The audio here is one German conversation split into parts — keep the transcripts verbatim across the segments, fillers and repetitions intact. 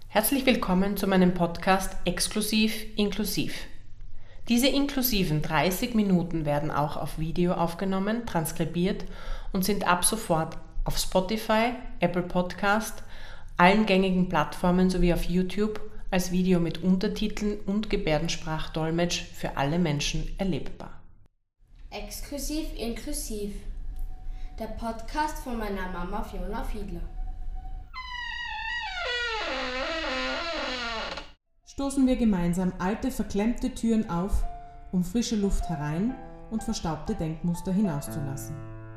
Herzlich willkommen zu meinem Podcast Exklusiv Inklusiv. Diese inklusiven dreißig Minuten werden auch auf Video aufgenommen, transkribiert und sind ab sofort auf Spotify, Apple Podcast, allen gängigen Plattformen sowie auf YouTube als Video mit Untertiteln und Gebärdensprachdolmetsch für alle Menschen erlebbar. Exklusiv Inklusiv, der Podcast von meiner Mama Fiona Fiedler. Stoßen wir gemeinsam alte, verklemmte Türen auf, um frische Luft herein und verstaubte Denkmuster hinauszulassen.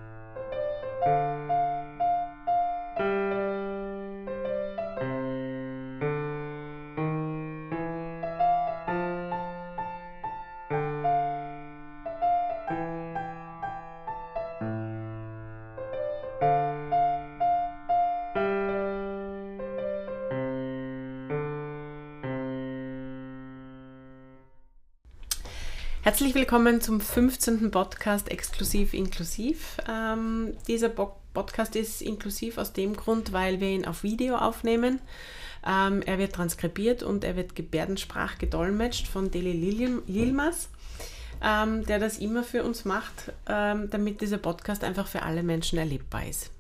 Herzlich willkommen zum fünfzehnten Podcast Exklusiv Inklusiv. Ähm, dieser Bo- Podcast ist inklusiv aus dem Grund, weil wir ihn auf Video aufnehmen. Ähm, er wird transkribiert und er wird Gebärdensprach gedolmetscht von Deli Lil- Yilmaz, ähm, der das immer für uns macht, ähm, damit dieser Podcast einfach für alle Menschen erlebbar ist.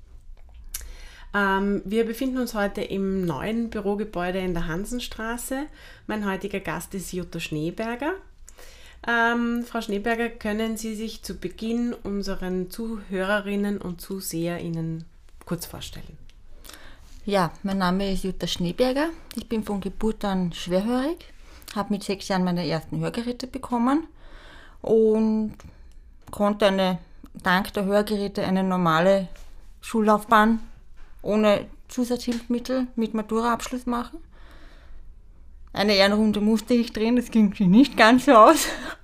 Ähm, wir befinden uns heute im neuen Bürogebäude in der Hansenstraße. Mein heutiger Gast ist Jutta Schneeberger. Ähm, Frau Schneeberger, können Sie sich zu Beginn unseren Zuhörerinnen und ZuseherInnen kurz vorstellen? Ja, mein Name ist Jutta Schneeberger. Ich bin von Geburt an schwerhörig, habe mit sechs Jahren meine ersten Hörgeräte bekommen und konnte eine, dank der Hörgeräte eine normale Schullaufbahn ohne Zusatzhilfsmittel mit Maturaabschluss machen. Eine Ehrenrunde musste ich drehen, das ging nicht ganz so aus.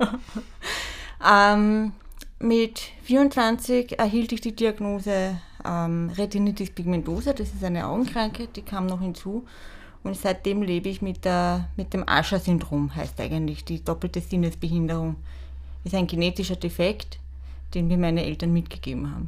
ähm, mit vierundzwanzig erhielt ich die Diagnose ähm, Retinitis pigmentosa, das ist eine Augenkrankheit, die kam noch hinzu. Und seitdem lebe ich mit, der, mit dem Usher-Syndrom, heißt eigentlich die doppelte Sinnesbehinderung. Ist ein genetischer Defekt, den mir meine Eltern mitgegeben haben.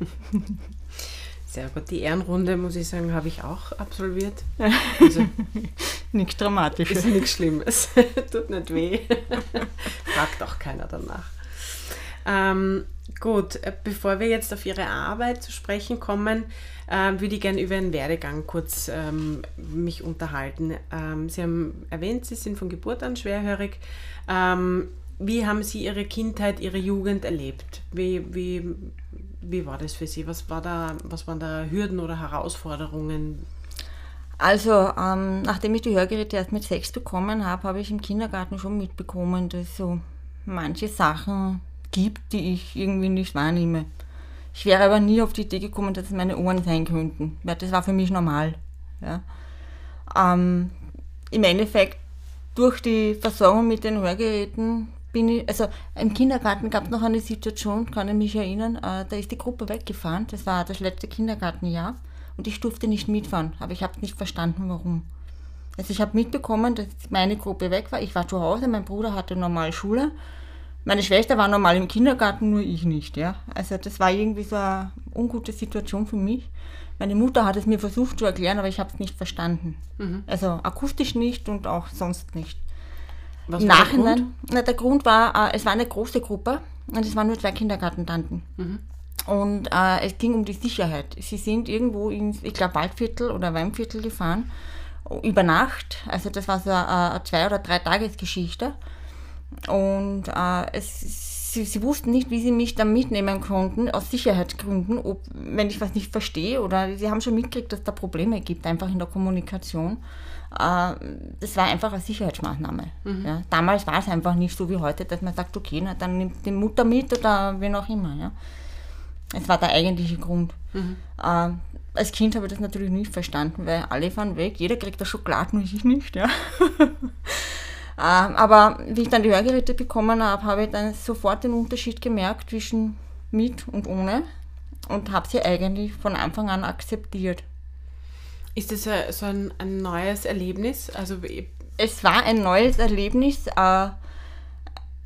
Sehr gut, die Ehrenrunde, muss ich sagen, habe ich auch absolviert. Also, nichts Dramatisches. Ist nichts Schlimmes, tut nicht weh. Fragt auch keiner danach. Ähm, gut, bevor wir jetzt auf Ihre Arbeit zu sprechen kommen, ähm, würde ich gerne über Ihren Werdegang kurz ähm, mich unterhalten. Ähm, Sie haben erwähnt, Sie sind von Geburt an schwerhörig. Ähm, wie haben Sie Ihre Kindheit, Ihre Jugend erlebt? Wie, wie, wie war das für Sie? Was, war da, was waren da Hürden oder Herausforderungen? Also, ähm, nachdem ich die Hörgeräte erst mit sechs bekommen habe, habe ich im Kindergarten schon mitbekommen, dass es so manche Sachen gibt, die ich irgendwie nicht wahrnehme. Ich wäre aber nie auf die Idee gekommen, dass es meine Ohren sein könnten, weil das war für mich normal. Ja. Ähm, Im Endeffekt, durch die Versorgung mit den Hörgeräten bin ich, also im Kindergarten gab es noch eine Situation, kann ich mich erinnern, äh, da ist die Gruppe weggefahren, das war das letzte Kindergartenjahr und ich durfte nicht mitfahren, aber ich habe nicht verstanden, warum. Also ich habe mitbekommen, dass meine Gruppe weg war, ich war zu Hause, mein Bruder hatte normal Schule, meine Schwester war normal im Kindergarten, nur ich nicht. Ja? Also das war irgendwie so eine ungute Situation für mich. Meine Mutter hat es mir versucht zu erklären, aber ich habe es nicht verstanden. Mhm. Also akustisch nicht und auch sonst nicht. Was Im war Nachhinein, der Grund? Na, der Grund war, äh, es war eine große Gruppe und es waren nur zwei Kindergartentanten. Mhm. Und äh, es ging um die Sicherheit. Sie sind irgendwo ins, ich glaube, Waldviertel oder Weinviertel gefahren, über Nacht. Also das war so eine, eine zwei- oder drei Tagesgeschichte. Und äh, es, sie, sie wussten nicht, wie sie mich dann mitnehmen konnten, aus Sicherheitsgründen, ob, wenn ich was nicht verstehe. Oder sie haben schon mitgekriegt, dass es da Probleme gibt, einfach in der Kommunikation. Das war einfach eine Sicherheitsmaßnahme. Mhm. Ja. Damals war es einfach nicht so wie heute, dass man sagt, okay, na, dann nimmt die Mutter mit oder wen auch immer. Ja. Es war der eigentliche Grund. Mhm. Äh, als Kind habe ich das natürlich nicht verstanden, weil alle fahren weg, jeder kriegt eine Schokolade, nur ich nicht. Ja. äh, aber wie ich dann die Hörgeräte bekommen habe, habe ich dann sofort den Unterschied gemerkt zwischen mit und ohne und habe sie eigentlich von Anfang an akzeptiert. Ist das a, so ein, ein neues Erlebnis? Also es war ein neues Erlebnis. Äh,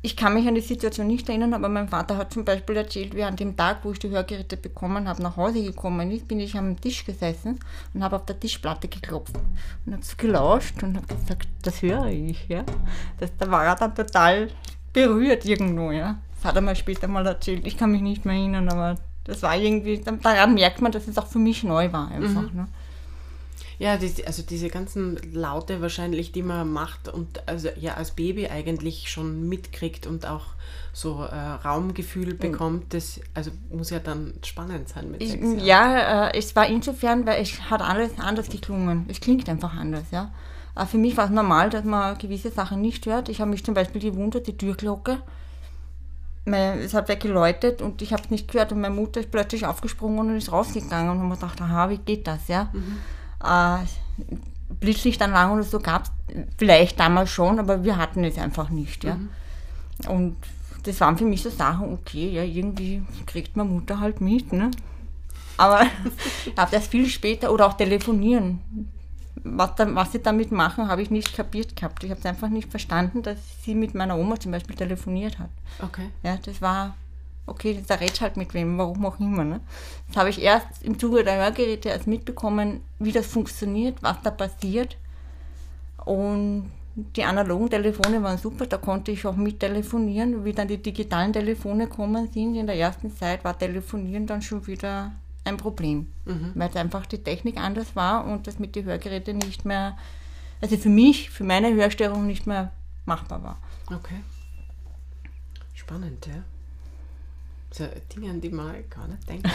ich kann mich an die Situation nicht erinnern, aber mein Vater hat zum Beispiel erzählt, wie an dem Tag, wo ich die Hörgeräte bekommen habe, nach Hause gekommen ist, bin ich am Tisch gesessen und habe auf der Tischplatte geklopft und habe so gelauscht und habe gesagt, das höre ich. Ja? Das, da war er dann total berührt irgendwo. Ja? Das hat er mir später mal erzählt. Ich kann mich nicht mehr erinnern, aber das war irgendwie, daran merkt man, dass es auch für mich neu war einfach. Mhm. Ne? Ja, die, also diese ganzen Laute wahrscheinlich, die man macht und also ja als Baby eigentlich schon mitkriegt und auch so äh, Raumgefühl bekommt, das also muss ja dann spannend sein mit sechs Jahren. Ja, äh, es war insofern, weil es hat alles anders geklungen. Es klingt einfach anders, ja. Äh, für mich war es normal, dass man gewisse Sachen nicht hört. Ich habe mich zum Beispiel gewundert, die Türglocke, es hat weggeläutet und ich habe es nicht gehört und meine Mutter ist plötzlich aufgesprungen und ist rausgegangen und haben mir gedacht, aha, wie geht das, ja. Mhm. Äh, Blitzlichtanlagen oder so gab es vielleicht damals schon, aber wir hatten es einfach nicht. Ja? Mhm. Und das waren für mich so Sachen, okay, ja, irgendwie kriegt meine Mutter halt mit. Ne? Aber ich habe das viel später, oder auch telefonieren. Was, da, was sie damit machen, habe ich nicht kapiert gehabt. Ich habe es einfach nicht verstanden, dass sie mit meiner Oma zum Beispiel telefoniert hat. Okay. Ja, das war... Okay, da redest halt mit wem, warum auch immer. Ne? Das habe ich erst im Zuge der Hörgeräte erst mitbekommen, wie das funktioniert, was da passiert. Und die analogen Telefone waren super, da konnte ich auch mit telefonieren. Wie dann die digitalen Telefone gekommen sind, in der ersten Zeit war Telefonieren dann schon wieder ein Problem. Mhm. Weil es einfach die Technik anders war und das mit den Hörgeräten nicht mehr, also für mich, für meine Hörstörung nicht mehr machbar war. Okay. Spannend, ja. So Dinge, an die man gar nicht denkt.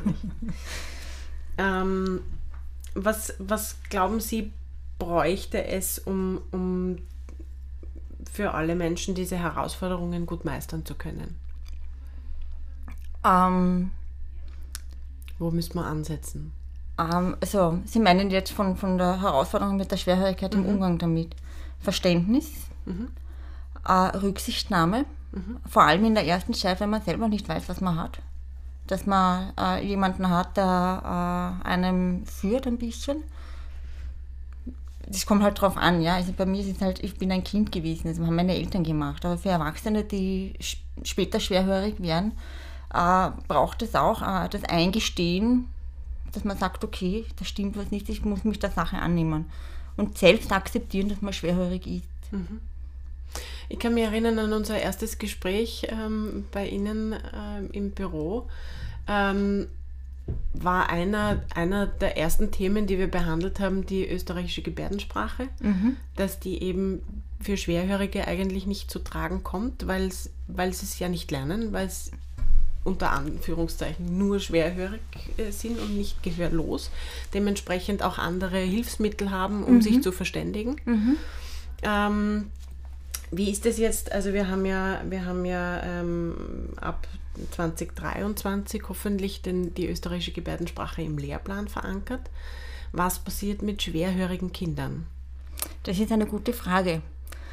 ähm, was, was glauben Sie, bräuchte es, um, um für alle Menschen diese Herausforderungen gut meistern zu können? Ähm, Wo müsste man ansetzen? Ähm, also, Sie meinen jetzt von, von der Herausforderung mit der Schwerhörigkeit im mhm. Umgang damit. Verständnis, mhm. äh, Rücksichtnahme, mhm. vor allem in der ersten Zeit, wenn man selber nicht weiß, was man hat. Dass man äh, jemanden hat, der äh, einem führt ein bisschen. Das kommt halt drauf an, ja. Also bei mir ist es halt, ich bin ein Kind gewesen, das haben meine Eltern gemacht. Aber für Erwachsene, die sch- später schwerhörig werden, äh, braucht es auch äh, das Eingestehen, dass man sagt, okay, da stimmt was nicht, ich muss mich der Sache annehmen. Und selbst akzeptieren, dass man schwerhörig ist. Mhm. Ich kann mich erinnern an unser erstes Gespräch ähm, bei Ihnen äh, im Büro. Ähm, war einer, einer der ersten Themen, die wir behandelt haben, die österreichische Gebärdensprache, mhm. dass die eben für Schwerhörige eigentlich nicht zu tragen kommt, weil sie es ja nicht lernen, weil es unter Anführungszeichen nur schwerhörig äh, sind und nicht gehörlos, dementsprechend auch andere Hilfsmittel haben, um mhm. sich zu verständigen. Mhm. Ähm, wie ist das jetzt? Also wir haben ja, wir haben ja ähm, ab zwanzig dreiundzwanzig hoffentlich den, die österreichische Gebärdensprache im Lehrplan verankert. Was passiert mit schwerhörigen Kindern? Das ist eine gute Frage.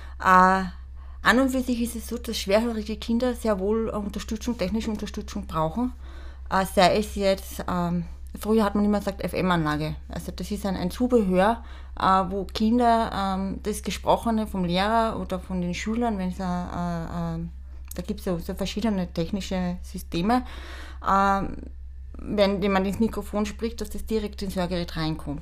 Äh, an und für sich ist es so, dass schwerhörige Kinder sehr wohl Unterstützung, technische Unterstützung brauchen. Äh, sei es jetzt, ähm, früher hat man immer gesagt F M-Anlage. Also das ist ein, ein Zubehör, äh, wo Kinder ähm, das Gesprochene vom Lehrer oder von den Schülern, wenn es äh, äh, da gibt es so, so verschiedene technische Systeme, äh, wenn jemand ins Mikrofon spricht, dass das direkt ins Hörgerät reinkommt.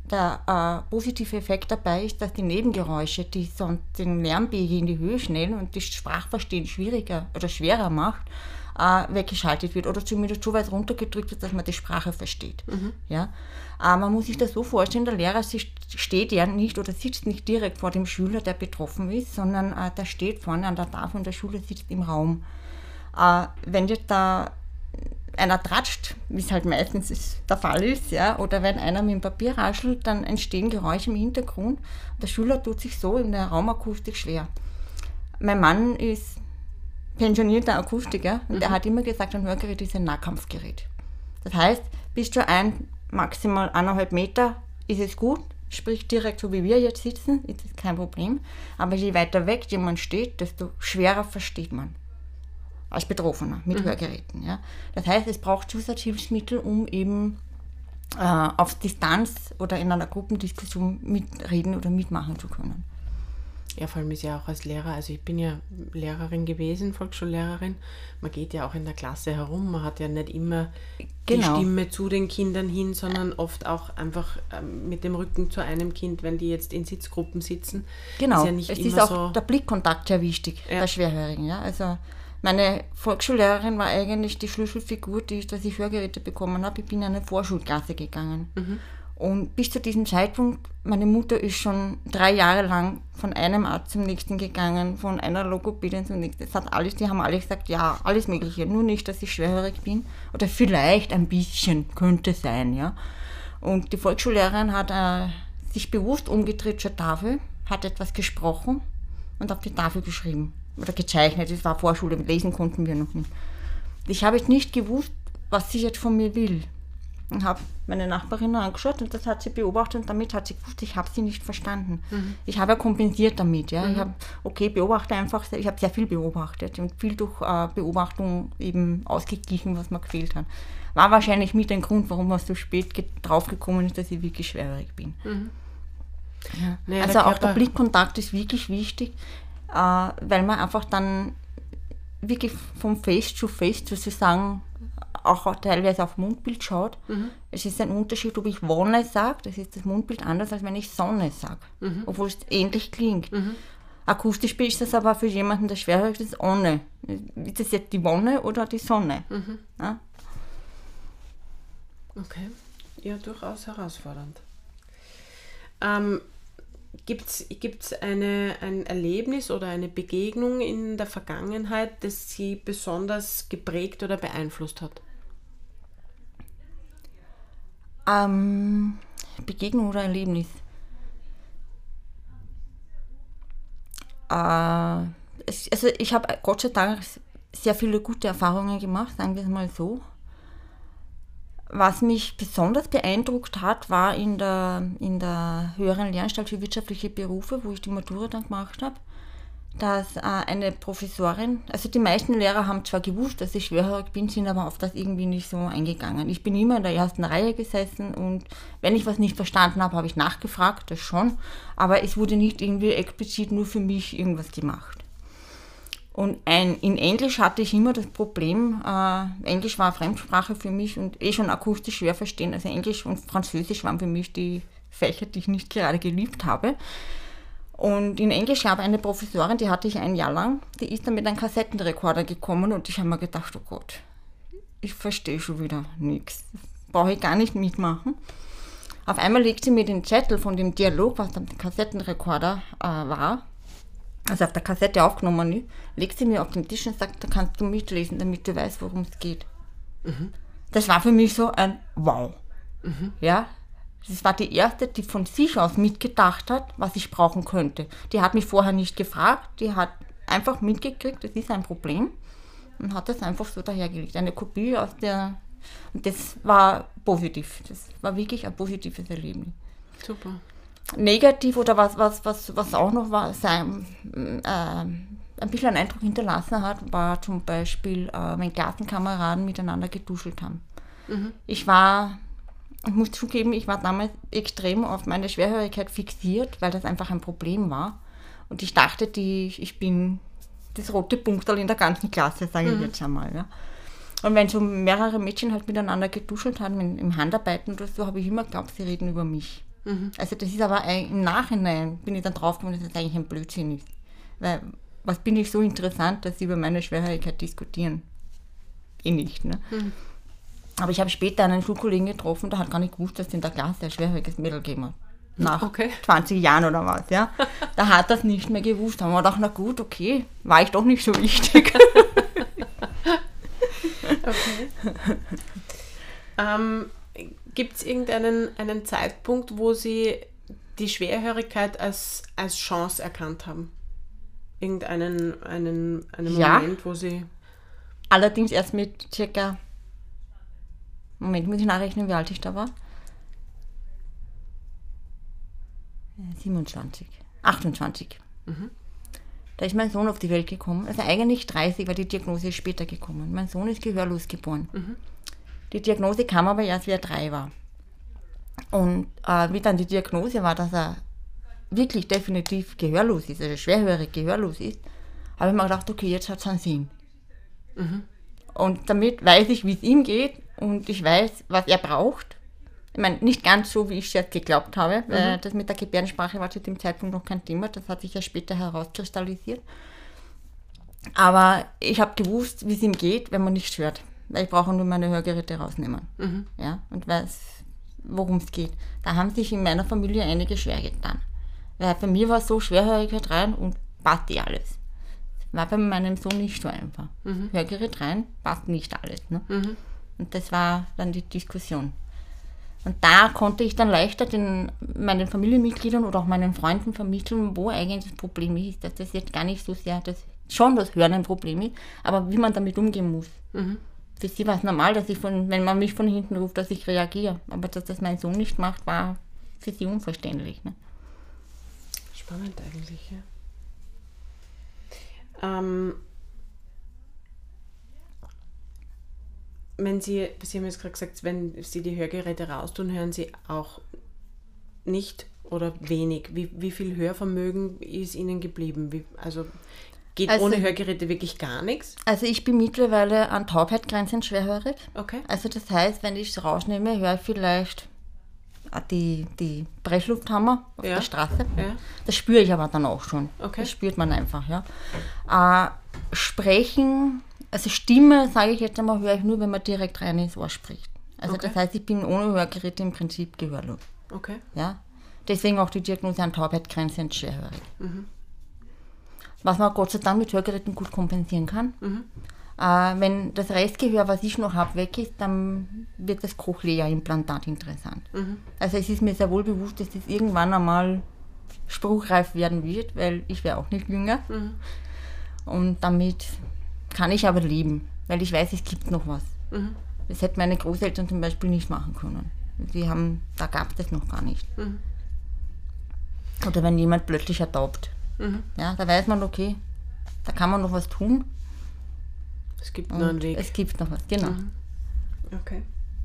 Der äh, positive Effekt dabei ist, dass die Nebengeräusche, die sonst den Lärmpegel in die Höhe schnellen und das Sprachverstehen schwieriger oder schwerer macht, äh, weggeschaltet wird oder zumindest so weit runtergedrückt wird, dass man die Sprache versteht. Mhm. Ja? Äh, man muss sich das so vorstellen, der Lehrer steht ja nicht oder sitzt nicht direkt vor dem Schüler, der betroffen ist, sondern äh, der steht vorne an der Tafel und der Schüler sitzt im Raum. Äh, wenn jetzt da einer tratscht, wie es halt meistens ist, der Fall ist, ja, oder wenn einer mit dem Papier raschelt, dann entstehen Geräusche im Hintergrund. Der Schüler tut sich so in der Raumakustik schwer. Mein Mann ist pensionierter Akustiker und mhm. er hat immer gesagt, ein Hörgerät ist ein Nahkampfgerät. Das heißt, bis zu ein, maximal eineinhalb Meter ist es gut, sprich direkt so wie wir jetzt sitzen, ist das kein Problem. Aber je weiter weg jemand steht, desto schwerer versteht man. Als Betroffener mit mhm. Hörgeräten. Ja. Das heißt, es braucht Zusatzhilfsmittel, um eben äh, auf Distanz oder in einer Gruppendiskussion mitreden oder mitmachen zu können. Ja, vor allem ist ja auch als Lehrer, also ich bin ja Lehrerin gewesen, Volksschullehrerin, man geht ja auch in der Klasse herum, man hat ja nicht immer Genau. die Stimme zu den Kindern hin, sondern oft auch einfach ähm, mit dem Rücken zu einem Kind, wenn die jetzt in Sitzgruppen sitzen. Genau, Ist ja nicht es immer ist auch so, der Blickkontakt sehr wichtig Ja. bei Schwerhörigen. Ja? Also meine Volksschullehrerin war eigentlich die Schlüsselfigur, die, dass ich Hörgeräte bekommen habe. Ich bin in eine Vorschulklasse gegangen. Mhm. Und bis zu diesem Zeitpunkt, meine Mutter ist schon drei Jahre lang von einem Arzt zum nächsten gegangen, von einer Logopädin zum nächsten. Das hat alles, die haben alle gesagt, ja, alles Mögliche, nur nicht, dass ich schwerhörig bin. Oder vielleicht ein bisschen, könnte sein, ja. Und die Volksschullehrerin hat äh, sich bewusst umgedreht zur Tafel, hat etwas gesprochen und auf die Tafel geschrieben. Oder gezeichnet, das war Vorschule, lesen konnten wir noch nicht. Ich habe jetzt nicht gewusst, was sie jetzt von mir will. Und habe meine Nachbarin angeschaut und das hat sie beobachtet und damit hat sie gewusst, ich habe sie nicht verstanden. Mhm. Ich habe ja kompensiert damit. Ja. Mhm. Ich habe, okay, beobachte einfach, ich habe sehr viel beobachtet und viel durch äh, Beobachtung eben ausgeglichen, was mir gefehlt hat. War wahrscheinlich mit ein Grund, warum man so spät ge- draufgekommen ist, dass ich wirklich schwerhörig bin. Mhm. Ja. Nee, also der auch der Blickkontakt ist wirklich wichtig, äh, weil man einfach dann wirklich vom Face to Face sozusagen auch teilweise auf Mundbild schaut. Mhm. Es ist ein Unterschied, ob ich Wonne sage, das ist das Mundbild anders, als wenn ich Sonne sage, mhm. obwohl es ähnlich klingt. Mhm. Akustisch ist das aber für jemanden, der schwerhörig ist, Onne. Ist das jetzt die Wonne oder die Sonne? Mhm. Ja? Okay, ja, durchaus herausfordernd. Ähm, Gibt es eine, ein Erlebnis oder eine Begegnung in der Vergangenheit, das Sie besonders geprägt oder beeinflusst hat? Ähm, Begegnung oder Erlebnis? Äh, es, also ich habe Gott sei Dank sehr viele gute Erfahrungen gemacht, sagen wir es mal so. Was mich besonders beeindruckt hat, war in der, in der höheren Lehranstalt für wirtschaftliche Berufe, wo ich die Matura dann gemacht habe, dass äh, eine Professorin, also die meisten Lehrer haben zwar gewusst, dass ich schwerhörig bin, sind aber auf das irgendwie nicht so eingegangen. Ich bin immer in der ersten Reihe gesessen und wenn ich was nicht verstanden habe, habe ich nachgefragt, das schon, aber es wurde nicht irgendwie explizit nur für mich irgendwas gemacht. Und ein, in Englisch hatte ich immer das Problem, äh, Englisch war eine Fremdsprache für mich und eh schon akustisch schwer verstehen. Also Englisch und Französisch waren für mich die Fächer, die ich nicht gerade geliebt habe. Und in Englisch gab es eine Professorin, die hatte ich ein Jahr lang, die ist dann mit einem Kassettenrekorder gekommen und ich habe mir gedacht, oh Gott, ich verstehe schon wieder nichts. Brauche ich gar nicht mitmachen. Auf einmal legt sie mir den Zettel von dem Dialog, was am Kassettenrekorder äh, war, also auf der Kassette aufgenommen ist, legt sie mir auf den Tisch und sagt, da kannst du mitlesen, damit du weißt, worum es geht. Mhm. Das war für mich so ein Wow. Mhm. Ja, das war die erste, die von sich aus mitgedacht hat, was ich brauchen könnte. Die hat mich vorher nicht gefragt, die hat einfach mitgekriegt, das ist ein Problem und hat das einfach so dahergelegt. Eine Kopie aus der, und das war positiv, das war wirklich ein positives Erlebnis. Super. Negativ oder was, was, was, was auch noch war, sein, äh, ein bisschen einen Eindruck hinterlassen hat, war zum Beispiel, äh, wenn Klassenkameraden miteinander getuschelt haben. Mhm. Ich war, ich muss zugeben, ich war damals extrem auf meine Schwerhörigkeit fixiert, weil das einfach ein Problem war. Und ich dachte, die, ich bin das rote Punkterl in der ganzen Klasse, sage ich mhm. jetzt einmal. Ja. Und wenn so mehrere Mädchen halt miteinander getuschelt haben, im, im Handarbeiten oder so, habe ich immer geglaubt, sie reden über mich. Mhm. Also das ist aber ein, im Nachhinein, bin ich dann draufgekommen, dass das eigentlich ein Blödsinn ist. Weil, was bin ich so interessant, dass sie über meine Schwerhörigkeit diskutieren? Eh nicht, ne? Mhm. Aber ich habe später einen Schulkollegen getroffen, der hat gar nicht gewusst, dass es in der Klasse ein schwerhöriges Mädel gegeben hat. Nach okay. zwanzig Jahren oder was, ja. Da hat das nicht mehr gewusst. Da haben wir gedacht, na gut, okay, war ich doch nicht so wichtig. Okay. ähm, Gibt es irgendeinen einen Zeitpunkt, wo Sie die Schwerhörigkeit als, als Chance erkannt haben? Irgendeinen einen, einen ja. Moment, wo Sie... Allerdings erst mit circa... Moment, muss ich nachrechnen, wie alt ich da war? siebenundzwanzig, achtundzwanzig. Mhm. Da ist mein Sohn auf die Welt gekommen. Also eigentlich dreißig, weil die Diagnose ist später gekommen. Mein Sohn ist gehörlos geboren. Mhm. Die Diagnose kam aber erst, wie er drei war. Und äh, wie dann die Diagnose war, dass er wirklich definitiv gehörlos ist, also schwerhörig gehörlos ist, habe ich mir gedacht, okay, jetzt hat es einen Sinn. Mhm. Und damit weiß ich, wie es ihm geht und ich weiß, was er braucht. Ich meine, nicht ganz so, wie ich es jetzt geglaubt habe, mhm. weil das mit der Gebärdensprache war zu dem Zeitpunkt noch kein Thema, das hat sich ja später herauskristallisiert. Aber ich habe gewusst, wie es ihm geht, wenn man nicht hört. Weil ich brauche nur meine Hörgeräte rausnehmen. Mhm. Ja, und weiß, worum es geht. Da haben sich in meiner Familie einige schwer getan. Weil bei mir war es so, Schwerhörigkeit rein und passt eh alles. War bei meinem Sohn nicht so einfach. Mhm. Hörgerät rein, passt nicht alles. Ne? Mhm. Und das war dann die Diskussion. Und da konnte ich dann leichter den, meinen Familienmitgliedern oder auch meinen Freunden vermitteln, wo eigentlich das Problem ist. Dass das jetzt gar nicht so sehr, das, schon das Hören ein Problem ist, aber wie man damit umgehen muss. Mhm. Für sie war es normal, dass ich von, wenn man mich von hinten ruft, dass ich reagiere. Aber dass das mein Sohn nicht macht, war für sie unverständlich. Ne? Spannend eigentlich, ja. Ähm, wenn Sie, Sie haben jetzt gerade gesagt, wenn Sie die Hörgeräte raustun, hören Sie auch nicht oder wenig. Wie, wie viel Hörvermögen ist Ihnen geblieben? Wie, also geht also, ohne Hörgeräte wirklich gar nichts? Also ich bin mittlerweile an Taubheitgrenzen schwerhörig. Okay. Also das heißt, wenn ich es rausnehme, höre ich vielleicht die, die Presslufthammer auf ja. der Straße. Ja. Das spüre ich aber dann auch schon. Okay. Das spürt man einfach, ja. Äh, sprechen, also Stimme, sage ich jetzt einmal, höre ich nur, wenn man direkt rein ins Ohr spricht. Also okay. das heißt, ich bin ohne Hörgeräte im Prinzip gehörlos. Okay. Ja. Deswegen auch die Diagnose an Taubheitgrenze und schwerhörig. Mhm. Was man Gott sei Dank mit Hörgeräten gut kompensieren kann. Mhm. Äh, wenn das Restgehör, was ich noch habe, weg ist, dann wird das Cochlea-Implantat interessant. Mhm. Also es ist mir sehr wohl bewusst, dass das irgendwann einmal spruchreif werden wird, weil ich wäre auch nicht jünger. Mhm. Und damit kann ich aber leben, weil ich weiß, es gibt noch was. Mhm. Das hätten meine Großeltern zum Beispiel nicht machen können. Die haben, da gab es das noch gar nicht. Mhm. Oder wenn jemand plötzlich ertaubt. Mhm. Ja, da weiß man, okay, da kann man noch was tun. Es gibt noch einen Weg. Es gibt noch was, genau. Mhm. Okay.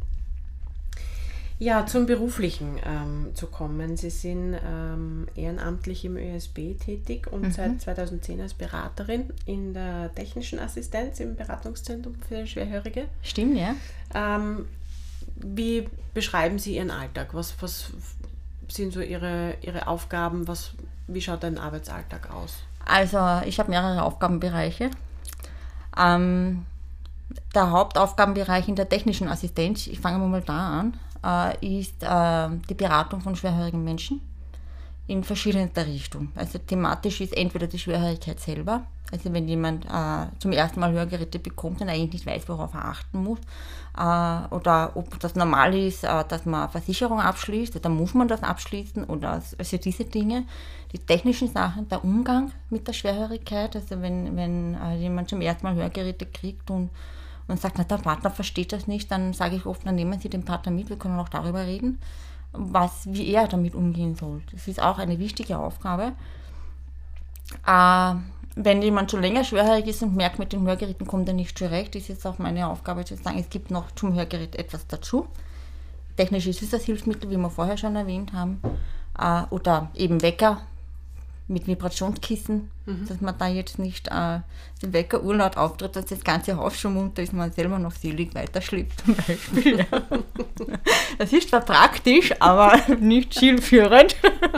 Ja, zum Beruflichen ähm, zu kommen. Sie sind ähm, ehrenamtlich im Ö S B tätig und mhm. seit zweitausendzehn als Beraterin in der technischen Assistenz im Beratungszentrum für Schwerhörige. Stimmt, ja. Ähm, wie beschreiben Sie Ihren Alltag? Was, was sind so Ihre, Ihre Aufgaben? Was, wie schaut dein Arbeitsalltag aus? Also ich habe mehrere Aufgabenbereiche. Ähm, der Hauptaufgabenbereich in der technischen Assistenz, ich fange mal da an, äh, ist äh, die Beratung von schwerhörigen Menschen in verschiedenster Richtung. Also thematisch ist entweder die Schwerhörigkeit selber, also wenn jemand äh, zum ersten Mal Hörgeräte bekommt und eigentlich nicht weiß, worauf er achten muss, äh, oder ob das normal ist, äh, dass man eine Versicherung abschließt, oder muss man das abschließen, oder also diese Dinge. Die technischen Sachen, der Umgang mit der Schwerhörigkeit, also wenn, wenn äh, jemand zum ersten Mal Hörgeräte kriegt und, und sagt, na, der Partner versteht das nicht, dann sage ich oft, dann nehmen Sie den Partner mit, wir können auch darüber reden, was, wie er damit umgehen soll. Das ist auch eine wichtige Aufgabe. Äh, wenn jemand schon länger schwerhörig ist und merkt, mit den Hörgeräten kommt er nicht zurecht, ist es auch meine Aufgabe zu sagen, es gibt noch zum Hörgerät etwas dazu. Technisch ist es das Hilfsmittel, wie wir vorher schon erwähnt haben, äh, oder eben Wecker mit Vibrationskissen, mhm. dass man da jetzt nicht äh, den Wecker urlaut auftritt, dass das ganze Haus schon munter ist, man selber noch selig weiterschleppt zum Beispiel. Ja. Das ist zwar praktisch, aber nicht zielführend.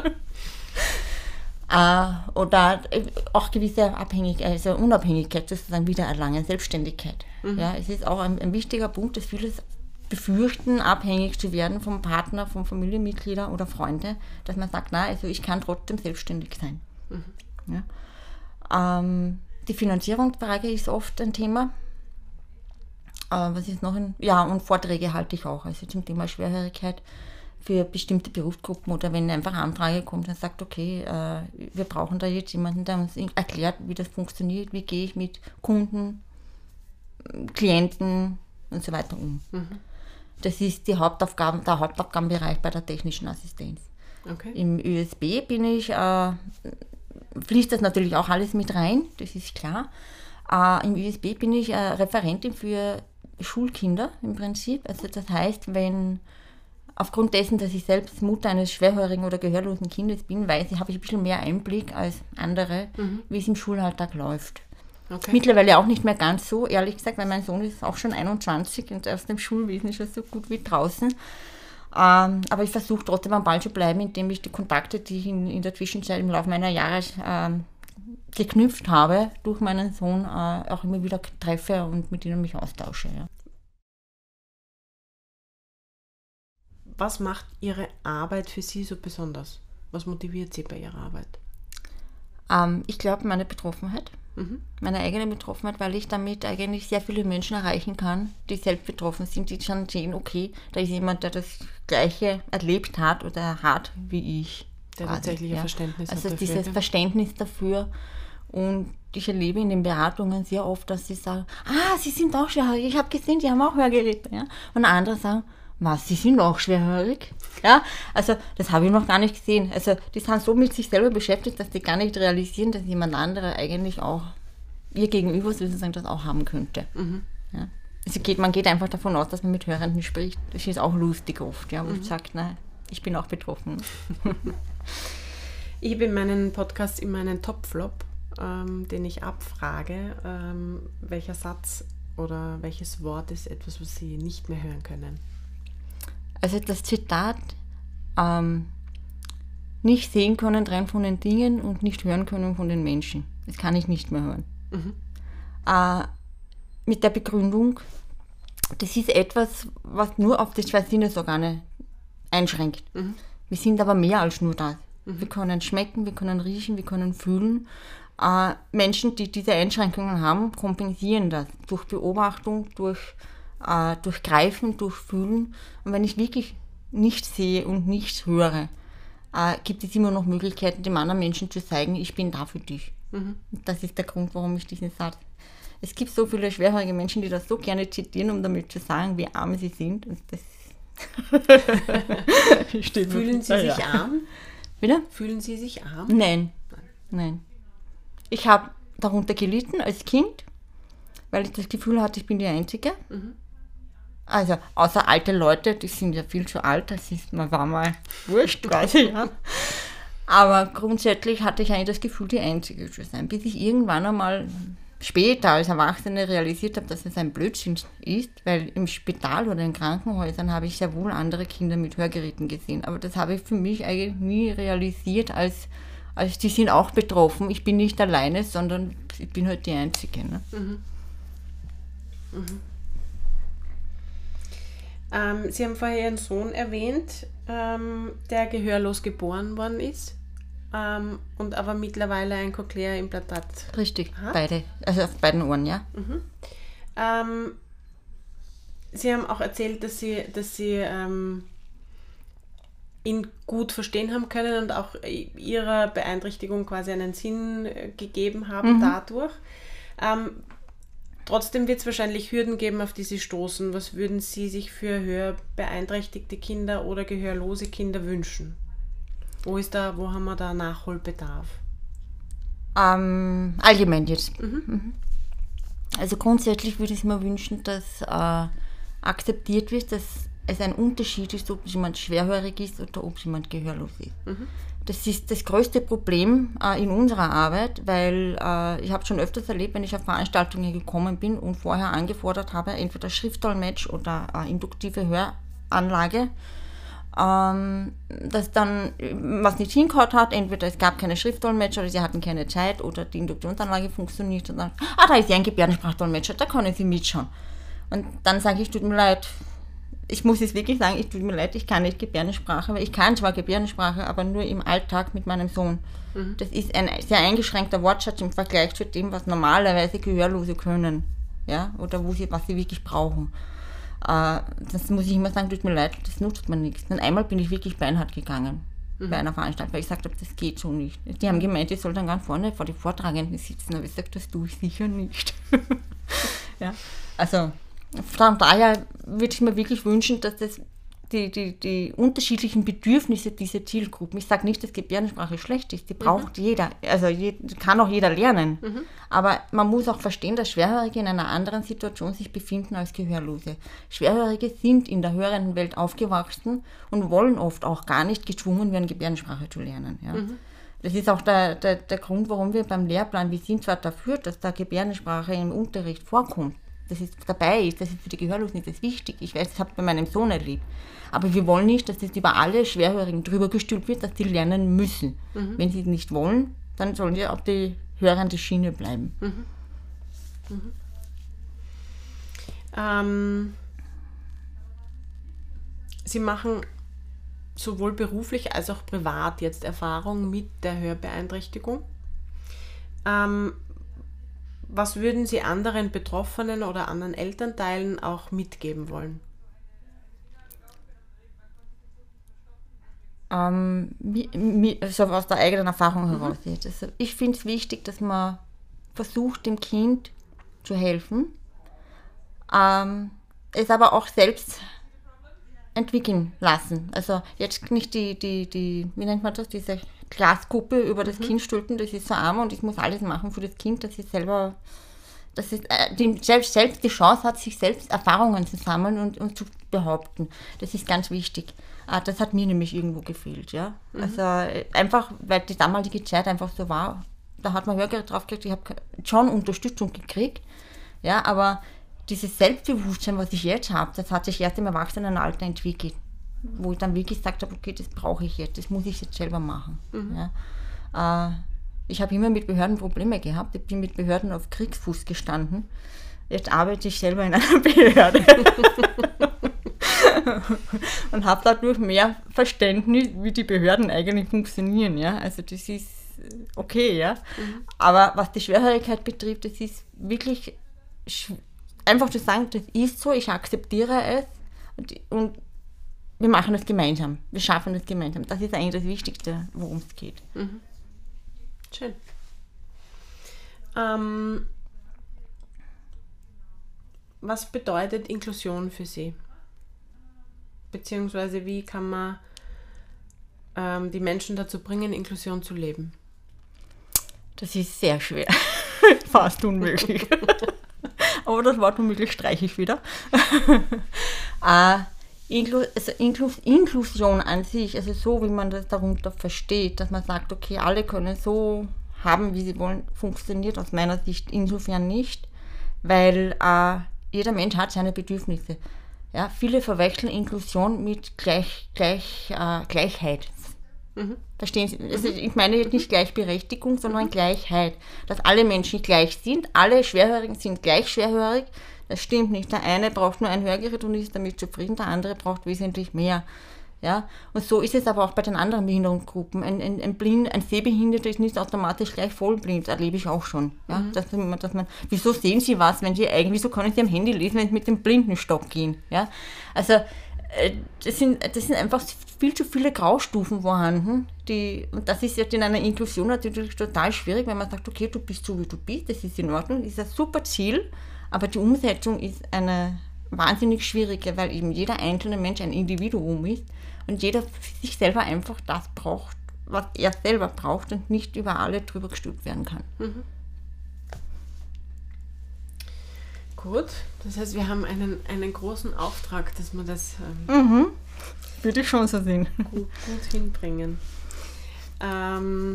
äh, oder auch gewisse Abhängigkeit, also Unabhängigkeit sozusagen wieder erlangen, Selbstständigkeit. Mhm. Ja, es ist auch ein, ein wichtiger Punkt, dass viele befürchten, abhängig zu werden vom Partner, von Familienmitgliedern oder Freunden, dass man sagt, na, also ich kann trotzdem selbstständig sein. Mhm. Ja. Ähm, die Finanzierungsfrage ist oft ein Thema. Äh, was ist noch ein? Ja, und Vorträge halte ich auch, also zum Thema Schwerhörigkeit für bestimmte Berufsgruppen oder wenn einfach eine Anfrage kommt und sagt, okay, äh, wir brauchen da jetzt jemanden, der uns erklärt, wie das funktioniert, wie gehe ich mit Kunden, Klienten und so weiter um. Mhm. Das ist die Hauptaufgaben, der Hauptaufgabenbereich bei der technischen Assistenz. Okay. Im Ö S B bin ich, äh, fließt das natürlich auch alles mit rein, das ist klar. Äh, Im Ö S B bin ich äh, Referentin für Schulkinder im Prinzip. Also das heißt, wenn aufgrund dessen, dass ich selbst Mutter eines schwerhörigen oder gehörlosen Kindes bin, weiß ich, habe ich ein bisschen mehr Einblick als andere, mhm. wie es im Schulalltag läuft. Okay. Mittlerweile auch nicht mehr ganz so, ehrlich gesagt, weil mein Sohn ist auch schon einundzwanzig und aus dem Schulwesen ist er so gut wie draußen. Ähm, aber ich versuche trotzdem am Ball zu bleiben, indem ich die Kontakte, die ich in, in der Zwischenzeit im Laufe meiner Jahre ähm, geknüpft habe, durch meinen Sohn äh, auch immer wieder treffe und mit ihnen mich austausche. Ja. Was macht Ihre Arbeit für Sie so besonders? Was motiviert Sie bei Ihrer Arbeit? Ähm, ich glaube, meine Betroffenheit. Mhm. Meine eigene Betroffenheit, weil ich damit eigentlich sehr viele Menschen erreichen kann, die selbst betroffen sind, die schon sehen, okay, da ist jemand, der das Gleiche erlebt hat oder hat wie ich. Der tatsächlich ein ja. Verständnis also hat dafür. Also dieses ja. Verständnis dafür. Und ich erlebe in den Beratungen sehr oft, dass sie sagen, ah, Sie sind auch schwerhörig, ich habe gesehen, die haben auch Hörgeräte. Ja? Und andere sagen, was, Sie sind auch schwerhörig? Ja, also das habe ich noch gar nicht gesehen. Also die sind so mit sich selber beschäftigt, dass die gar nicht realisieren, dass jemand anderer eigentlich auch ihr Gegenüber sozusagen das auch haben könnte. Mhm. Ja? Also geht, man geht einfach davon aus, dass man mit Hörenden spricht. Das ist auch lustig oft, ja, wo mhm. ich sage, nein, ich bin auch betroffen. Ich habe in meinen Podcasts immer einen Top-Flop, ähm, den ich abfrage, ähm, welcher Satz oder welches Wort ist etwas, was Sie nicht mehr hören können. Also das Zitat, ähm, nicht sehen können, trennen von den Dingen und nicht hören können von den Menschen. Das kann ich nicht mehr hören. Mhm. Äh, mit der Begründung, das ist etwas, was nur auf die zwei Sinnesorgane einschränkt. Mhm. Wir sind aber mehr als nur das. Mhm. Wir können schmecken, wir können riechen, wir können fühlen. Äh, Menschen, die diese Einschränkungen haben, kompensieren das durch Beobachtung, durch Uh, durch Greifen, durch Fühlen. Und wenn ich wirklich nicht sehe und nicht höre, uh, gibt es immer noch Möglichkeiten, dem anderen Menschen zu zeigen, ich bin da für dich. Mhm. Das ist der Grund, warum ich diesen Satz... Es gibt so viele schwerhörige Menschen, die das so gerne zitieren, um damit zu sagen, wie arm sie sind. Und das Fühlen Sie sich ja. arm? Bitte? Fühlen Sie sich arm? Nein. Nein. Ich habe darunter gelitten als Kind, weil ich das Gefühl hatte, ich bin die Einzige. Mhm. Also, außer alte Leute, die sind ja viel zu alt, das ist, man war mal wurscht quasi, ja. Aber grundsätzlich hatte ich eigentlich das Gefühl, die Einzige zu sein, bis ich irgendwann einmal später als Erwachsene realisiert habe, dass es ein Blödsinn ist, weil im Spital oder in Krankenhäusern habe ich sehr wohl andere Kinder mit Hörgeräten gesehen, aber das habe ich für mich eigentlich nie realisiert, als, als die sind auch betroffen, ich bin nicht alleine, sondern ich bin halt die Einzige. Ne? Mhm. Mhm. Ähm, Sie haben vorher Ihren Sohn erwähnt, ähm, der gehörlos geboren worden ist ähm, und aber mittlerweile ein Cochlea-Implantat Richtig, hat. Beide, also auf beiden Ohren, ja. Mhm. Ähm, Sie haben auch erzählt, dass Sie, dass Sie ähm, ihn gut verstehen haben können und auch Ihrer Beeinträchtigung quasi einen Sinn gegeben haben mhm. dadurch. Ähm, Trotzdem wird es wahrscheinlich Hürden geben, auf die Sie stoßen. Was würden Sie sich für hörbeeinträchtigte Kinder oder gehörlose Kinder wünschen? Wo ist da, wo haben wir da Nachholbedarf? Ähm, allgemein jetzt. Mhm. Mhm. Also grundsätzlich würde ich mir wünschen, dass äh, akzeptiert wird, dass es ein Unterschied ist, ob jemand schwerhörig ist oder ob jemand gehörlos ist. Mhm. Das ist das größte Problem äh, in unserer Arbeit, weil äh, ich habe schon öfters erlebt, wenn ich auf Veranstaltungen gekommen bin und vorher angefordert habe, entweder Schriftdolmetsch oder äh, induktive Höranlage, ähm, dass dann was nicht hingehauen hat, entweder es gab keine Schriftdolmetscher oder sie hatten keine Zeit oder die Induktionsanlage funktioniert und dann, ah, da ist ja ein Gebärdensprachdolmetscher, da können Sie mitschauen. Und dann sage ich, tut mir leid, ich muss jetzt wirklich sagen, ich tut mir leid, ich kann nicht Gebärdensprache, weil ich kann zwar Gebärdensprache, aber nur im Alltag mit meinem Sohn. Mhm. Das ist ein sehr eingeschränkter Wortschatz im Vergleich zu dem, was normalerweise Gehörlose können, ja, oder wo sie, was sie wirklich brauchen. Äh, das muss ich immer sagen, tut mir leid, das nutzt mir nichts. Und einmal bin ich wirklich beinhart gegangen mhm. bei einer Veranstaltung, weil ich gesagt habe, das geht so nicht. Die haben gemeint, ich soll dann ganz vorne vor die Vortragenden sitzen, aber ich sage, das tue ich sicher nicht. ja, also von daher würde ich mir wirklich wünschen, dass das die, die, die unterschiedlichen Bedürfnisse dieser Zielgruppen. Ich sage nicht, dass Gebärdensprache schlecht ist, die braucht mhm. jeder, also je, kann auch jeder lernen. Mhm. Aber man muss auch verstehen, dass Schwerhörige in einer anderen Situation sich befinden als Gehörlose. Schwerhörige sind in der hörenden Welt aufgewachsen und wollen oft auch gar nicht gezwungen werden, Gebärdensprache zu lernen. Ja. Mhm. Das ist auch der, der, der Grund, warum wir beim Lehrplan, wir sind zwar dafür, dass da Gebärdensprache im Unterricht vorkommt, dass es dabei ist, das ist für die Gehörlosen nicht das wichtig. Ich weiß, das habe ich bei meinem Sohn erlebt. Aber wir wollen nicht, dass das über alle Schwerhörigen drüber gestülpt wird, dass die lernen müssen. Mhm. Wenn sie es nicht wollen, dann sollen sie auf die hörende Schiene bleiben. Mhm. Mhm. Ähm, Sie machen sowohl beruflich als auch privat jetzt Erfahrung mit der Hörbeeinträchtigung. Ähm, Was würden Sie anderen Betroffenen oder anderen Elternteilen auch mitgeben wollen? Ähm, mi, mi, also aus der eigenen Erfahrung heraus. Mhm. Also ich finde es wichtig, dass man versucht, dem Kind zu helfen, ähm, es aber auch selbst entwickeln lassen. Also jetzt nicht die, die, die wie nennt man das, diese Glaskuppe über das mhm. Kind stülpen, das ist so arm und ich muss alles machen für das Kind, dass es selber, dass es äh, die, selbst, selbst die Chance hat, sich selbst Erfahrungen zu sammeln und, und zu behaupten. Das ist ganz wichtig. Äh, das hat mir nämlich irgendwo gefehlt. Ja? Mhm. Also äh, einfach, weil die damalige Zeit einfach so war, da hat man Hörgerät drauf gekriegt, ich habe schon Unterstützung gekriegt, ja, aber dieses Selbstbewusstsein, was ich jetzt habe, das hat sich erst im Erwachsenenalter entwickelt, wo ich dann wirklich gesagt habe, okay, das brauche ich jetzt, das muss ich jetzt selber machen. Mhm. Ja. Äh, ich habe immer mit Behörden Probleme gehabt, ich bin mit Behörden auf Kriegsfuß gestanden. Jetzt arbeite ich selber in einer Behörde und habe dadurch mehr Verständnis, wie die Behörden eigentlich funktionieren. Ja. Also das ist okay, ja. Mhm. Aber was die Schwerhörigkeit betrifft, das ist wirklich schwierig. Einfach zu sagen, das ist so, ich akzeptiere es und, und wir machen es gemeinsam. Wir schaffen es gemeinsam. Das ist eigentlich das Wichtigste, worum es geht. Mhm. Schön. Ähm, was bedeutet Inklusion für Sie? Beziehungsweise wie kann man ähm, die Menschen dazu bringen, Inklusion zu leben? Das ist sehr schwer. Fast unmöglich. Aber das Wort unmöglich streiche ich wieder. äh, Inklu- also Inklu- Inklusion an sich, also so wie man das darunter versteht, dass man sagt, okay, alle können so haben, wie sie wollen, funktioniert aus meiner Sicht insofern nicht, weil äh, jeder Mensch hat seine Bedürfnisse. Ja, viele verwechseln Inklusion mit Gleich, Gleich, äh, Gleichheit. Mhm. Verstehen Sie? Also ich meine jetzt nicht Gleichberechtigung, sondern Gleichheit. Dass alle Menschen gleich sind, alle Schwerhörigen sind gleich schwerhörig. Das stimmt nicht. Der eine braucht nur ein Hörgerät und ist damit zufrieden, der andere braucht wesentlich mehr. Ja? Und so ist es aber auch bei den anderen Behinderungsgruppen. Ein, ein, ein, Blind, ein Sehbehinderter ist nicht automatisch gleich vollblind, das erlebe ich auch schon. Ja? Mhm. Dass, dass man, wieso sehen Sie was, wenn Sie eigentlich, wieso können Sie am Handy lesen, wenn Sie mit dem Blindenstock gehen? Ja? Also Das sind, das sind einfach viel zu viele Graustufen vorhanden. Die, und das ist jetzt in einer Inklusion natürlich total schwierig, wenn man sagt, okay, du bist so, wie du bist, das ist in Ordnung, das ist ein super Ziel, aber die Umsetzung ist eine wahnsinnig schwierige, weil eben jeder einzelne Mensch ein Individuum ist und jeder für sich selber einfach das braucht, was er selber braucht und nicht über alle drüber gestülpt werden kann. Mhm. Gut, das heißt, wir haben einen, einen großen Auftrag, dass wir das ähm, mhm. würde ich schon so sehen. Gut, gut hinbringen. Ähm,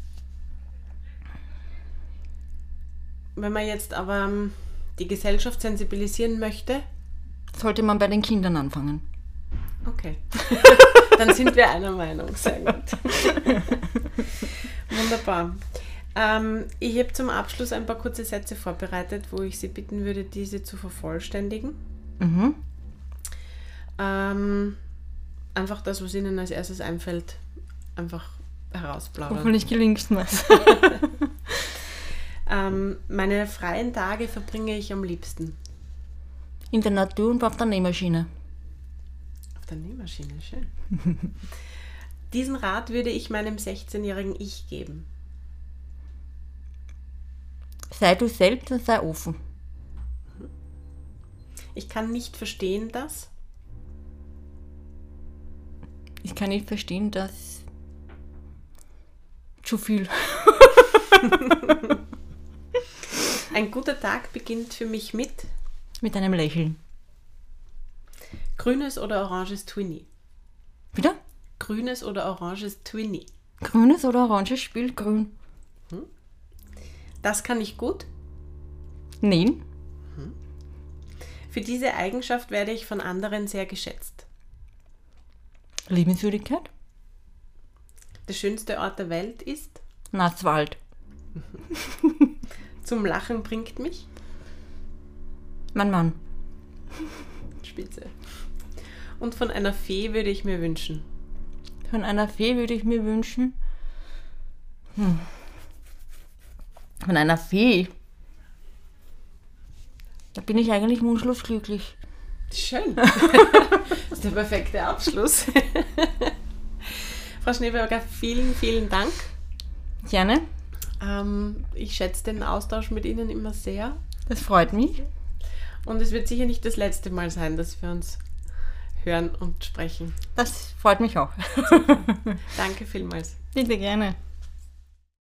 wenn man jetzt aber ähm, die Gesellschaft sensibilisieren möchte, sollte man bei den Kindern anfangen. Okay, dann sind wir einer Meinung. Sehr gut. Wunderbar. Ähm, ich habe zum Abschluss ein paar kurze Sätze vorbereitet, wo ich Sie bitten würde, diese zu vervollständigen. Mhm. Ähm, einfach das, was Ihnen als erstes einfällt, einfach herausplaudern. Hoffentlich gelingt es mir. ähm, meine freien Tage verbringe ich am liebsten. In der Natur und auf der Nähmaschine. Auf der Nähmaschine, schön. Diesen Rat würde ich meinem sechzehnjährigen Ich geben. Sei du selbst und sei offen. Ich kann nicht verstehen, dass... Ich kann nicht verstehen, dass zu viel. Ein guter Tag beginnt für mich mit Mit einem Lächeln. grünes oder oranges Twinnie. Wieder? Grünes oder oranges Twinnie. Grünes oder oranges spielt grün. Das kann ich gut. Nein. Für diese Eigenschaft werde ich von anderen sehr geschätzt. Liebenswürdigkeit? Der schönste Ort der Welt ist Nasswald. zum Lachen bringt mich Mein Mann. Spitze. Und von einer Fee würde ich mir wünschen. Von einer Fee würde ich mir wünschen. Hm. Von einer Fee. Da bin ich eigentlich wunschlos glücklich. Schön. Das ist der perfekte Abschluss. Frau Schneeberger, vielen, vielen Dank. Gerne. Ähm, ich schätze den Austausch mit Ihnen immer sehr. Das freut mich. Und es wird sicher nicht das letzte Mal sein, dass wir uns hören und sprechen. Das freut mich auch. Danke vielmals. Bitte gerne.